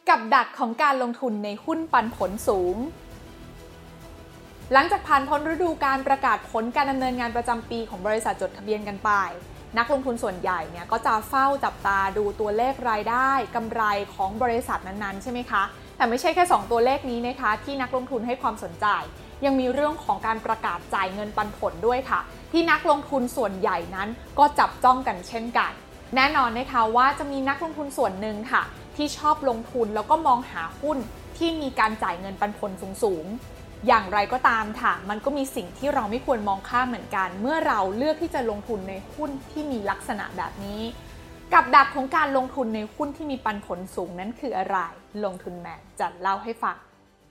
กับดักของการลงทุนในหุ้นปันผลสูงหลังจากผ่านพ้นฤดูการประกาศผลการดำเนินงานประจำปีของบริษัทจดทะเบียนกันไปนักลงทุนส่วนใหญ่เนี่ยก็จะเฝ้าจับตาดูตัวเลขรายได้กำไรของบริษัทนั้นๆใช่ไหมคะแต่ไม่ใช่แค่2ตัวเลขนี้นะคะที่นักลงทุนให้ความสนใจยังมีเรื่องของการประกาศจ่ายเงินปันผลด้วยค่ะที่นักลงทุนส่วนใหญ่นั้นก็จับจ้องกันเช่นกันแน่นอนนะคะว่าจะมีนักลงทุนส่วนหนึ่งค่ะที่ชอบลงทุนแล้วก็มองหาหุ้นที่มีการจ่ายเงินปันผลสูงๆอย่างไรก็ตามค่ะมันก็มีสิ่งที่เราไม่ควรมองข้ามเหมือนกันเมื่อเราเลือกที่จะลงทุนในหุ้นที่มีลักษณะแบบนี้กับดักของการลงทุนในหุ้นที่มีปันผลสูงนั้นคืออะไรลงทุนแมนจะเล่าให้ฟัง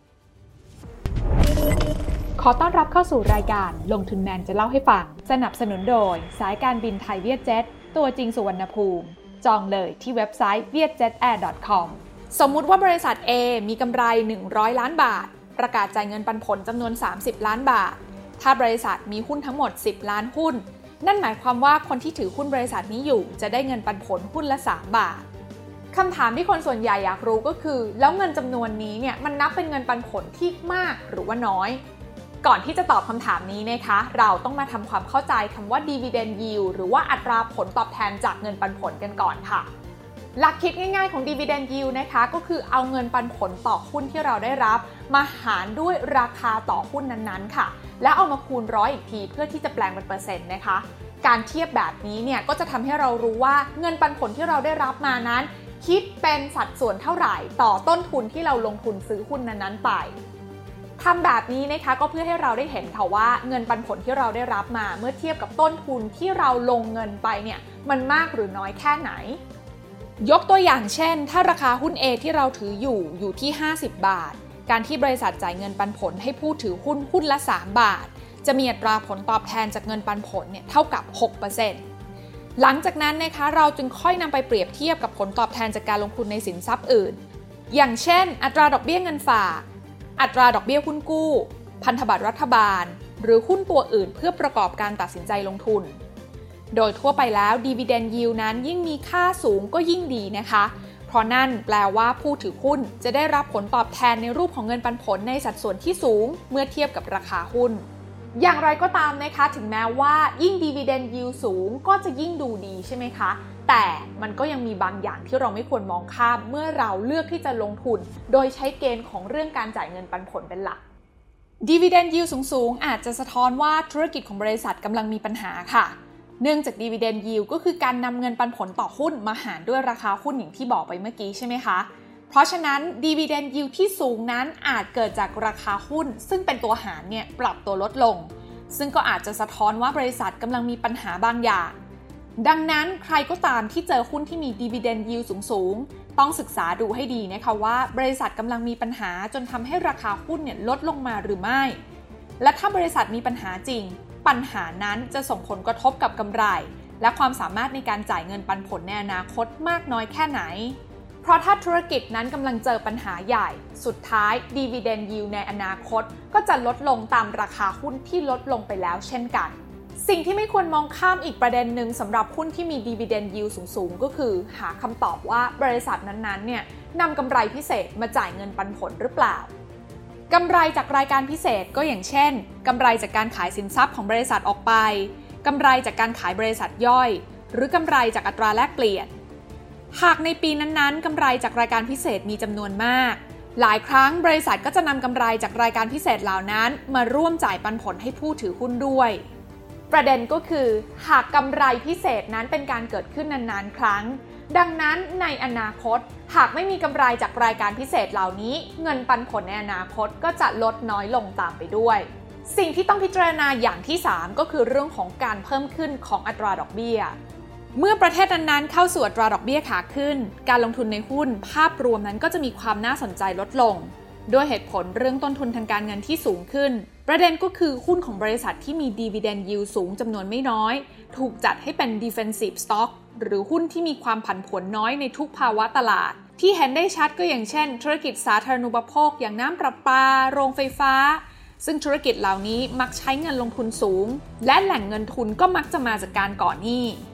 ขอต้อนรับเข้าสู่รายการลงทุนแมนจะเล่าให้ฟังสนับสนุนโดยสายการบินไทยเวียดเจ็ตตัวจริงสุวรรณภูมิจองเลยที่เว็บไซต์ vietjetair.com สมมุติว่าบริษัท A มีกำไร100ล้านบาทประกาศจ่ายเงินปันผลจำนวน30ล้านบาทถ้าบริษัทมีหุ้นทั้งหมด10ล้านหุ้นนั่นหมายความว่าคนที่ถือหุ้นบริษัทนี้อยู่จะได้เงินปันผลหุ้นละ3บาทคำถามที่คนส่วนใหญ่อยากรู้ก็คือแล้วเงินจำนวนนี้เนี่ยมันนับเป็นเงินปันผลที่มากหรือว่าน้อยก่อนที่จะตอบคำถามนี้นะคะเราต้องมาทำความเข้าใจคำว่า dividend yield หรือว่าอัตราผลตอบแทนจากเงินปันผลกันก่อนค่ะหลักคิดง่ายๆของ dividend yield นะคะก็คือเอาเงินปันผลต่อหุ้นที่เราได้รับมาหารด้วยราคาต่อหุ้นนั้นๆค่ะแล้วเอามาคูณ100อีกทีเพื่อที่จะแปลงเป็นเปอร์เซ็นต์นะคะการเทียบแบบนี้เนี่ยก็จะทำให้เรารู้ว่าเงินปันผลที่เราได้รับมานั้นคิดเป็นสัดส่วนเท่าไหร่ต่อต้นทุนที่เราลงทุนซื้อหุ้นนั้นๆไปทำแบบนี้นะคะก็เพื่อให้เราได้เห็นค่ะว่าเงินปันผลที่เราได้รับมาเมื่อเทียบกับต้นทุนที่เราลงเงินไปเนี่ยมันมากหรือน้อยแค่ไหนยกตัวอย่างเช่นถ้าราคาหุ้น A ที่เราถืออยู่ที่50บาทการที่บริษัทจ่ายเงินปันผลให้ผู้ถือหุ้นละ3บาทจะมีอัตราผลตอบแทนจากเงินปันผลเนี่ยเท่ากับ 6% หลังจากนั้นนะคะเราจึงค่อยนำไปเปรียบเทียบกับผลตอบแทนจากการลงทุนในสินทรัพย์อื่นอย่างเช่นอัตราดอกเบี้ยเงินฝากอัตราดอกเบี้ยหุ้นกู้พันธบัตรรัฐบาลหรือหุ้นตัวอื่นเพื่อประกอบการตัดสินใจลงทุนโดยทั่วไปแล้ว Dividend Yield นั้นยิ่งมีค่าสูงก็ยิ่งดีนะคะเพราะนั่นแปลว่าผู้ถือหุ้นจะได้รับผลตอบแทนในรูปของเงินปันผลในสัดส่วนที่สูงเมื่อเทียบกับราคาหุ้นอย่างไรก็ตามนะคะถึงแม้ว่ายิ่ง Dividend Yield สูงก็จะยิ่งดูดีใช่ไหมคะแต่มันก็ยังมีบางอย่างที่เราไม่ควรมองข้ามเมื่อเราเลือกที่จะลงทุนโดยใช้เกณฑ์ของเรื่องการจ่ายเงินปันผลเป็นหลัก Dividend Yield สูงอาจจะสะท้อนว่าธุรกิจของบริษัทกำลังมีปัญหาค่ะเนื่องจาก Dividend Yield ก็คือการนำเงินปันผลต่อหุ้นมาหารด้วยราคาหุ้นอย่างที่บอกไปเมื่อกี้ใช่ไหมคะเพราะฉะนั้น Dividend Yield ที่สูงนั้นอาจเกิดจากราคาหุ้นซึ่งเป็นตัวหารเนี่ยปรับตัวลดลงซึ่งก็อาจจะสะท้อนว่าบริษัทกำลังมีปัญหาบางอย่างดังนั้นใครก็ตามที่เจอหุ้นที่มี Dividend Yield สูงต้องศึกษาดูให้ดีนะคะว่าบริษัทกำลังมีปัญหาจนทำให้ราคาหุ้นเนี่ยลดลงมาหรือไม่และถ้าบริษัทมีปัญหาจริงปัญหานั้นจะส่งผลกระทบกับกำไรและความสามารถในการจ่ายเงินปันผลในอนาคตมากน้อยแค่ไหนเพราะถ้าธุรกิจนั้นกำลังเจอปัญหาใหญ่สุดท้าย Dividend Yield ในอนาคตก็จะลดลงตามราคาหุ้นที่ลดลงไปแล้วเช่นกันสิ่งที่ไม่ควรมองข้ามอีกประเด็นหนึ่งสำหรับหุ้นที่มี Dividend Yield สูงก็คือหาคำตอบว่าบริษัทนั้นๆเนี่ยนำกำไรพิเศษมาจ่ายเงินปันผลหรือเปล่ากำไรจากรายการพิเศษก็อย่างเช่นกำไรจากการขายสินทรัพย์ของบริษัทออกไปกำไรจากการขายบริษัทย่อยหรือกำไรจากอัตราแลกเปลี่ยนหากในปีนั้นๆกำไรจากรายการพิเศษมีจำนวนมากหลายครั้งบริษัทก็จะนำกำไรจากรายการพิเศษเหล่านั้นมาร่วมจ่ายปันผลให้ผู้ถือหุ้นด้วยประเด็นก็คือหากกำไรพิเศษนั้นเป็นการเกิดขึ้นนานๆครั้งดังนั้นในอนาคตหากไม่มีกำไรจากรายการพิเศษเหล่านี้เงินปันผลในอนาคตก็จะลดน้อยลงตามไปด้วยสิ่งที่ต้องพิจารณาอย่างที่3ก็คือเรื่องของการเพิ่มขึ้นของอัตราดอกเบี้ยเมื่อประเทศนั้นๆเข้าสู่อัตราดอกเบี้ยขาขึ้นการลงทุนในหุ้นภาพรวมนั้นก็จะมีความน่าสนใจลดลงด้วยเหตุผลเรื่องต้นทุนทางการเงินที่สูงขึ้นประเด็นก็คือหุ้นของบริษัทที่มี Dividend Yield สูงจำนวนไม่น้อยถูกจัดให้เป็น Defensive Stock หรือหุ้นที่มีความผันผวนน้อยในทุกภาวะตลาดที่เห็นได้ชัดก็อย่างเช่นธุรกิจสาธารณูปโภคอย่างน้ำประปาโรงไฟฟ้าซึ่งธุรกิจเหล่านี้มักใช้เงินลงทุนสูงและแหล่งเงินทุนก็มักจะมาจากการก่อหนี้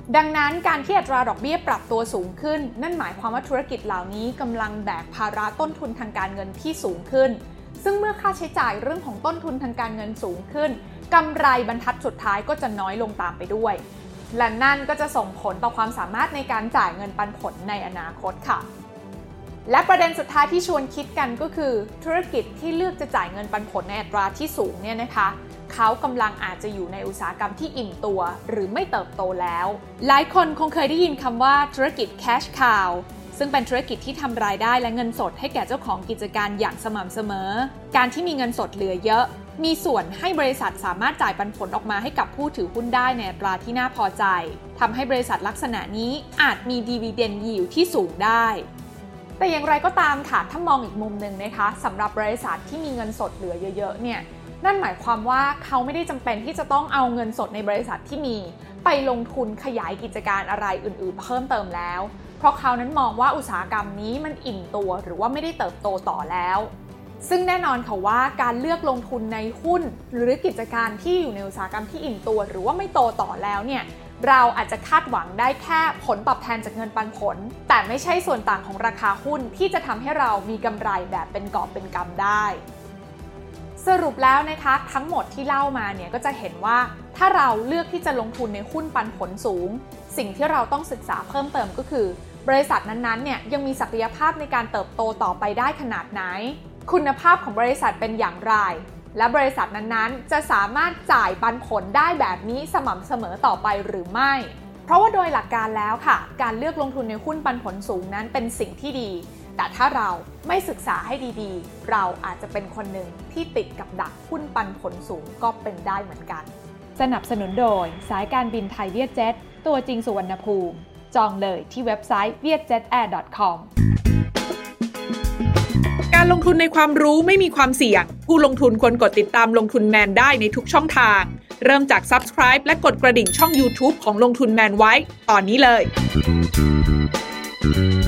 ดังนั้นการที่อัตราดอกเบี้ยปรับตัวสูงขึ้นนั่นหมายความว่าธุรกิจเหล่านี้กำลังแบกภาระต้นทุนทางการเงินที่สูงขึ้นซึ่งเมื่อค่าใช้จ่ายเรื่องของต้นทุนทางการเงินสูงขึ้นกำไรบรรทัดสุดท้ายก็จะน้อยลงตามไปด้วยและนั่นก็จะส่งผลต่อความสามารถในการจ่ายเงินปันผลในอนาคตค่ะและประเด็นสุดท้ายที่ชวนคิดกันก็คือธุรกิจที่เลือกจะจ่ายเงินปันผลในอัตราที่สูงเนี่ยนะคะเขากำลังอาจจะอยู่ในอุตสาหกรรมที่อิ่มตัวหรือไม่เติบโตแล้วหลายคนคงเคยได้ยินคำว่าธุรกิจ cash cow ซึ่งเป็นธุรกิจที่ทำรายได้และเงินสดให้แก่เจ้าของกิจการอย่างสม่ำเสมอการที่มีเงินสดเหลือเยอะมีส่วนให้บริษัทสามารถจ่ายปันผลออกมาให้กับผู้ถือหุ้นได้ในอัตราที่น่าพอใจทำให้บริษัทลักษณะนี้อาจมี dividend yield ที่สูงได้แต่อย่างไรก็ตามค่ะถ้ามองอีกมุมนึงนะคะสำหรับบริษัทที่มีเงินสดเหลือเยอะๆเนี่ยนั่นหมายความว่าเขาไม่ได้จำเป็นที่จะต้องเอาเงินสดในบริษัทที่มีไปลงทุนขยายกิจการอะไรอื่นๆเพิ่มเติมแล้วเพราะเขานั้นมองว่าอุตสาหกรรมนี้มันอิ่มตัวหรือว่าไม่ได้เติบโตต่อแล้วซึ่งแน่นอนค่ะว่าการเลือกลงทุนในหุ้นหรือกิจการที่อยู่ในอุตสาหกรรมที่อิ่มตัวหรือว่าไม่โตต่อแล้วเนี่ยเราอาจจะคาดหวังได้แค่ผลตอบแทนจากเงินปันผลแต่ไม่ใช่ส่วนต่างของราคาหุ้นที่จะทำให้เรามีกำไรแบบเป็นกอบเป็นกำได้สรุปแล้วนะคะทั้งหมดที่เล่ามาเนี่ยก็จะเห็นว่าถ้าเราเลือกที่จะลงทุนในหุ้นปันผลสูงสิ่งที่เราต้องศึกษาเพิ่มเติมก็คือบริษัทนั้นๆเนี่ยยังมีศักยภาพในการเติบโตต่อไปได้ขนาดไหนคุณภาพของบริษัทเป็นอย่างไรและบริษัทนั้นๆจะสามารถจ่ายปันผลได้แบบนี้สม่ำเสมอต่อไปหรือไม่เพราะว่าโดยหลักการแล้วค่ะการเลือกลงทุนในหุ้นปันผลสูงนั้นเป็นสิ่งที่ดีแต่ถ้าเราไม่ศึกษาให้ดีๆเราอาจจะเป็นคนหนึ่งที่ติดกับดักหุ้นปันผลสูงก็เป็นได้เหมือนกันสนับสนุนโดยสายการบินไทยเวียดเจ็ตตัวจริงสุวรรณภูมิจองเลยที่เว็บไซต์ vietjetair.com การลงทุนในความรู้ไม่มีความเสี่ยงผู้ลงทุนควรกดติดตามลงทุนแมนได้ในทุกช่องทางเริ่มจาก Subscribe และกดกระดิ่งช่อง YouTube ของลงทุนแมนไว้ตอนนี้เลย